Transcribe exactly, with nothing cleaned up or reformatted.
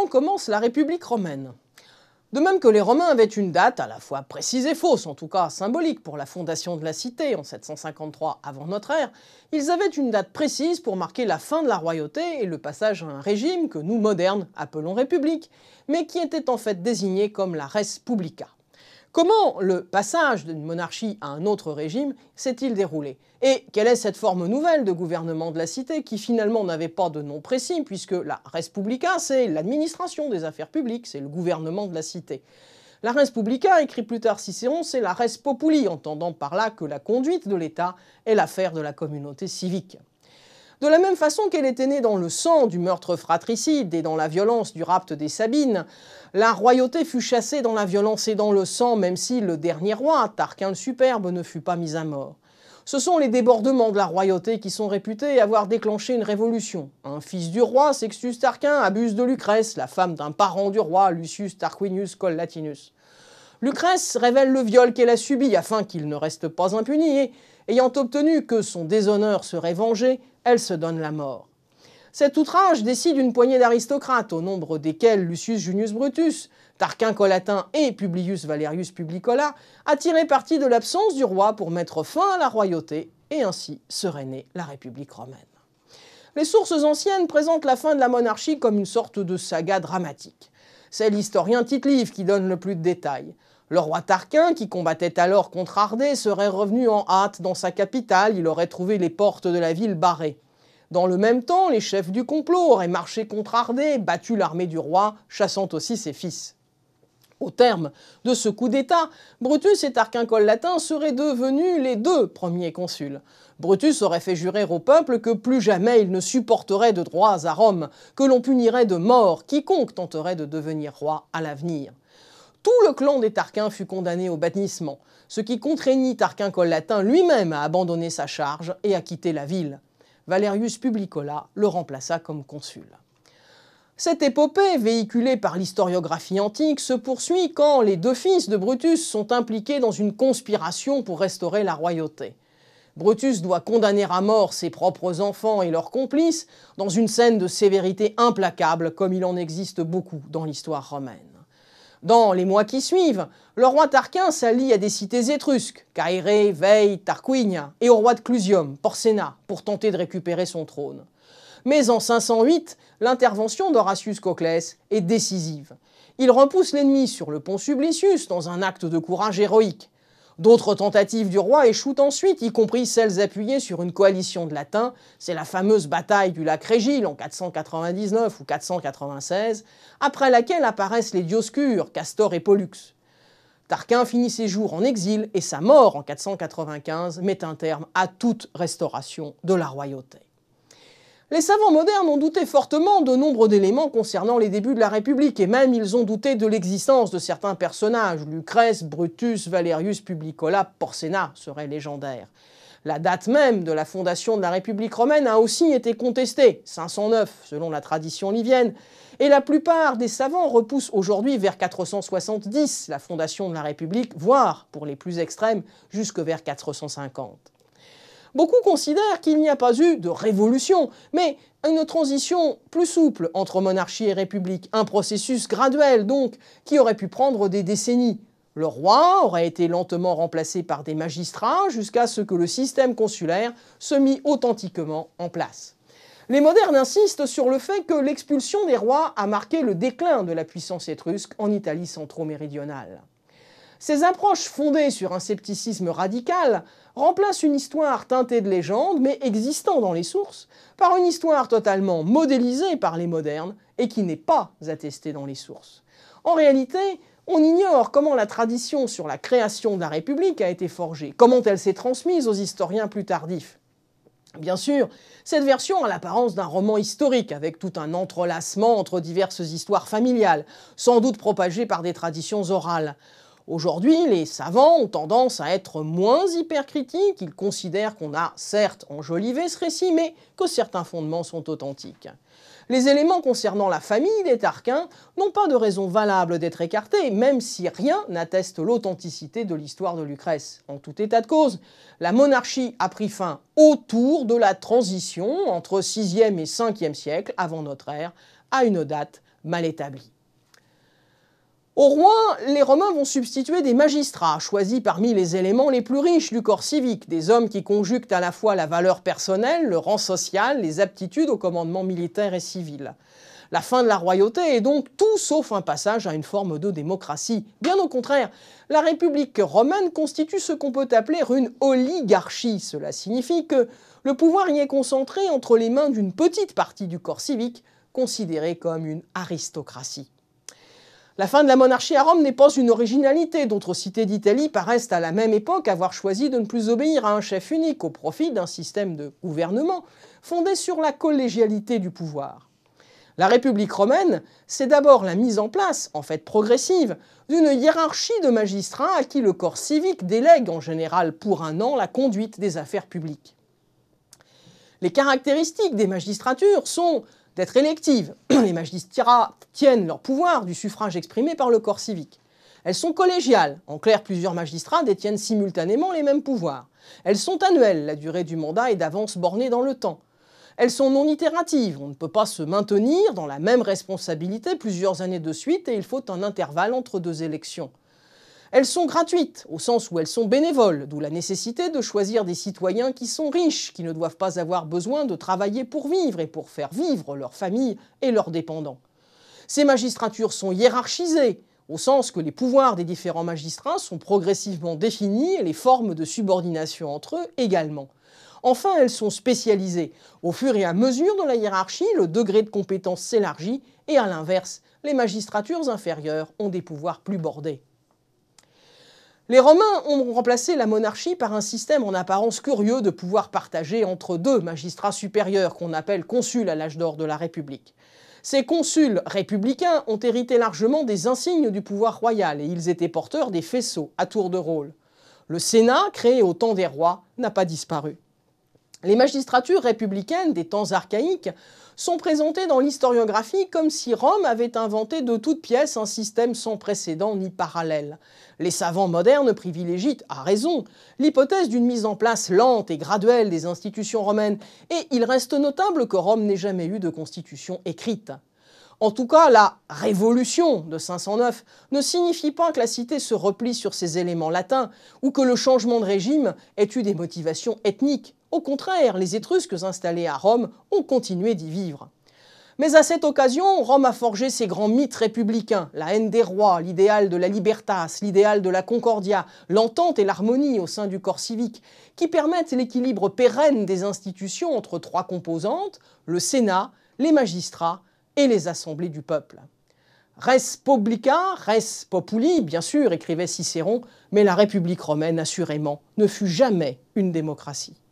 Comment commence la République romaine? De même que les Romains avaient une date à la fois précise et fausse, en tout cas symbolique, pour la fondation de la cité en sept cent cinquante-trois avant notre ère, ils avaient une date précise pour marquer la fin de la royauté et le passage à un régime que nous, modernes, appelons république, mais qui était en fait désigné comme la res publica. Comment le passage d'une monarchie à un autre régime s'est-il déroulé? Et quelle est cette forme nouvelle de gouvernement de la cité qui finalement n'avait pas de nom précis puisque la res publica, c'est l'administration des affaires publiques, c'est le gouvernement de la cité. La res publica, écrit plus tard Cicéron, c'est la res populi, entendant par là que la conduite de l'État est l'affaire de la communauté civique. De la même façon qu'elle était née dans le sang du meurtre fratricide et dans la violence du rapt des Sabines, la royauté fut chassée dans la violence et dans le sang, même si le dernier roi, Tarquin le Superbe, ne fut pas mis à mort. Ce sont les débordements de la royauté qui sont réputés avoir déclenché une révolution. Un fils du roi, Sextus Tarquin, abuse de Lucrèce, la femme d'un parent du roi, Lucius Tarquinius Collatinus. Lucrèce révèle le viol qu'elle a subi afin qu'il ne reste pas impuni et, ayant obtenu que son déshonneur serait vengé, elle se donne la mort. Cet outrage décide une poignée d'aristocrates, au nombre desquels Lucius Junius Brutus, Tarquin Collatin et Publius Valerius Publicola, à tirer parti de l'absence du roi pour mettre fin à la royauté, et ainsi serait née la République romaine. Les sources anciennes présentent la fin de la monarchie comme une sorte de saga dramatique. C'est l'historien Tite-Live qui donne le plus de détails. Le roi Tarquin, qui combattait alors contre Ardée, serait revenu en hâte dans sa capitale, il aurait trouvé les portes de la ville barrées. Dans le même temps, les chefs du complot auraient marché contre Ardée, battu l'armée du roi, chassant aussi ses fils. Au terme de ce coup d'État, Brutus et Tarquin Collatin seraient devenus les deux premiers consuls. Brutus aurait fait jurer au peuple que plus jamais il ne supporterait de droits à Rome, que l'on punirait de mort quiconque tenterait de devenir roi à l'avenir. Tout le clan des Tarquins fut condamné au bannissement, ce qui contraignit Tarquin Collatin lui-même à abandonner sa charge et à quitter la ville. Valerius Publicola le remplaça comme consul. Cette épopée, véhiculée par l'historiographie antique, se poursuit quand les deux fils de Brutus sont impliqués dans une conspiration pour restaurer la royauté. Brutus doit condamner à mort ses propres enfants et leurs complices dans une scène de sévérité implacable comme il en existe beaucoup dans l'histoire romaine. Dans les mois qui suivent, le roi Tarquin s'allie à des cités étrusques, Caere, Veii, Tarquinia, et au roi de Clusium, Porséna, pour tenter de récupérer son trône. Mais en cinq cent huit, l'intervention d'Horatius Coclès est décisive. Il repousse l'ennemi sur le pont Sublicius dans un acte de courage héroïque. D'autres tentatives du roi échouent ensuite, y compris celles appuyées sur une coalition de latins. C'est la fameuse bataille du lac Régil en quatre cent quatre-vingt-dix-neuf ou quatre cent quatre-vingt-seize, après laquelle apparaissent les Dioscures, Castor et Pollux. Tarquin finit ses jours en exil et sa mort en quatre cent quatre-vingt-quinze met un terme à toute restauration de la royauté. Les savants modernes ont douté fortement de nombre d'éléments concernant les débuts de la République, et même ils ont douté de l'existence de certains personnages. Lucrèce, Brutus, Valerius Publicola, Porséna seraient légendaires. La date même de la fondation de la République romaine a aussi été contestée, cinq cent neuf selon la tradition livienne, et la plupart des savants repoussent aujourd'hui vers quatre cent soixante-dix la fondation de la République, voire, pour les plus extrêmes, jusque vers quatre cent cinquante. Beaucoup considèrent qu'il n'y a pas eu de révolution, mais une transition plus souple entre monarchie et république, un processus graduel donc, qui aurait pu prendre des décennies. Le roi aurait été lentement remplacé par des magistrats jusqu'à ce que le système consulaire se mit authentiquement en place. Les modernes insistent sur le fait que l'expulsion des rois a marqué le déclin de la puissance étrusque en Italie centro-méridionale. Ces approches fondées sur un scepticisme radical remplacent une histoire teintée de légende, mais existant dans les sources, par une histoire totalement modélisée par les modernes et qui n'est pas attestée dans les sources. En réalité, on ignore comment la tradition sur la création de la République a été forgée, comment elle s'est transmise aux historiens plus tardifs. Bien sûr, cette version a l'apparence d'un roman historique, avec tout un entrelacement entre diverses histoires familiales, sans doute propagées par des traditions orales. Aujourd'hui, les savants ont tendance à être moins hypercritiques, ils considèrent qu'on a certes enjolivé ce récit, mais que certains fondements sont authentiques. Les éléments concernant la famille des Tarquins n'ont pas de raison valable d'être écartés, même si rien n'atteste l'authenticité de l'histoire de Lucrèce. En tout état de cause, la monarchie a pris fin autour de la transition entre sixième et cinquième siècle avant notre ère, à une date mal établie. Au roi, les Romains vont substituer des magistrats, choisis parmi les éléments les plus riches du corps civique, des hommes qui conjuguent à la fois la valeur personnelle, le rang social, les aptitudes au commandement militaire et civil. La fin de la royauté est donc tout sauf un passage à une forme de démocratie. Bien au contraire, la République romaine constitue ce qu'on peut appeler une oligarchie. Cela signifie que le pouvoir y est concentré entre les mains d'une petite partie du corps civique, considérée comme une aristocratie. La fin de la monarchie à Rome n'est pas une originalité. D'autres cités d'Italie paraissent à la même époque avoir choisi de ne plus obéir à un chef unique au profit d'un système de gouvernement fondé sur la collégialité du pouvoir. La République romaine, c'est d'abord la mise en place, en fait progressive, d'une hiérarchie de magistrats à qui le corps civique délègue en général pour un an la conduite des affaires publiques. Les caractéristiques des magistratures sont d'être électives. Les magistrats tiennent leur pouvoir du suffrage exprimé par le corps civique. Elles sont collégiales. En clair, plusieurs magistrats détiennent simultanément les mêmes pouvoirs. Elles sont annuelles. La durée du mandat est d'avance bornée dans le temps. Elles sont non itératives. On ne peut pas se maintenir dans la même responsabilité plusieurs années de suite et il faut un intervalle entre deux élections. Elles sont gratuites, au sens où elles sont bénévoles, d'où la nécessité de choisir des citoyens qui sont riches, qui ne doivent pas avoir besoin de travailler pour vivre et pour faire vivre leur famille et leurs dépendants. Ces magistratures sont hiérarchisées, au sens que les pouvoirs des différents magistrats sont progressivement définis et les formes de subordination entre eux également. Enfin, elles sont spécialisées. Au fur et à mesure de la hiérarchie, le degré de compétence s'élargit et à l'inverse, les magistratures inférieures ont des pouvoirs plus bordés. Les Romains ont remplacé la monarchie par un système en apparence curieux de pouvoir partagé entre deux magistrats supérieurs qu'on appelle consuls à l'âge d'or de la République. Ces consuls républicains ont hérité largement des insignes du pouvoir royal et ils étaient porteurs des faisceaux à tour de rôle. Le Sénat, créé au temps des rois, n'a pas disparu. Les magistratures républicaines des temps archaïques sont présentées dans l'historiographie comme si Rome avait inventé de toutes pièces un système sans précédent ni parallèle. Les savants modernes privilégient, à raison, l'hypothèse d'une mise en place lente et graduelle des institutions romaines, et il reste notable que Rome n'ait jamais eu de constitution écrite. En tout cas, la « révolution » de cinq cent neuf ne signifie pas que la cité se replie sur ses éléments latins ou que le changement de régime ait eu des motivations ethniques. Au contraire, les Étrusques installés à Rome ont continué d'y vivre. Mais à cette occasion, Rome a forgé ses grands mythes républicains, la haine des rois, l'idéal de la libertas, l'idéal de la concordia, l'entente et l'harmonie au sein du corps civique, qui permettent l'équilibre pérenne des institutions entre trois composantes, le Sénat, les magistrats et les assemblées du peuple. Res publica, res populi, bien sûr, écrivait Cicéron, mais la République romaine, assurément, ne fut jamais une démocratie.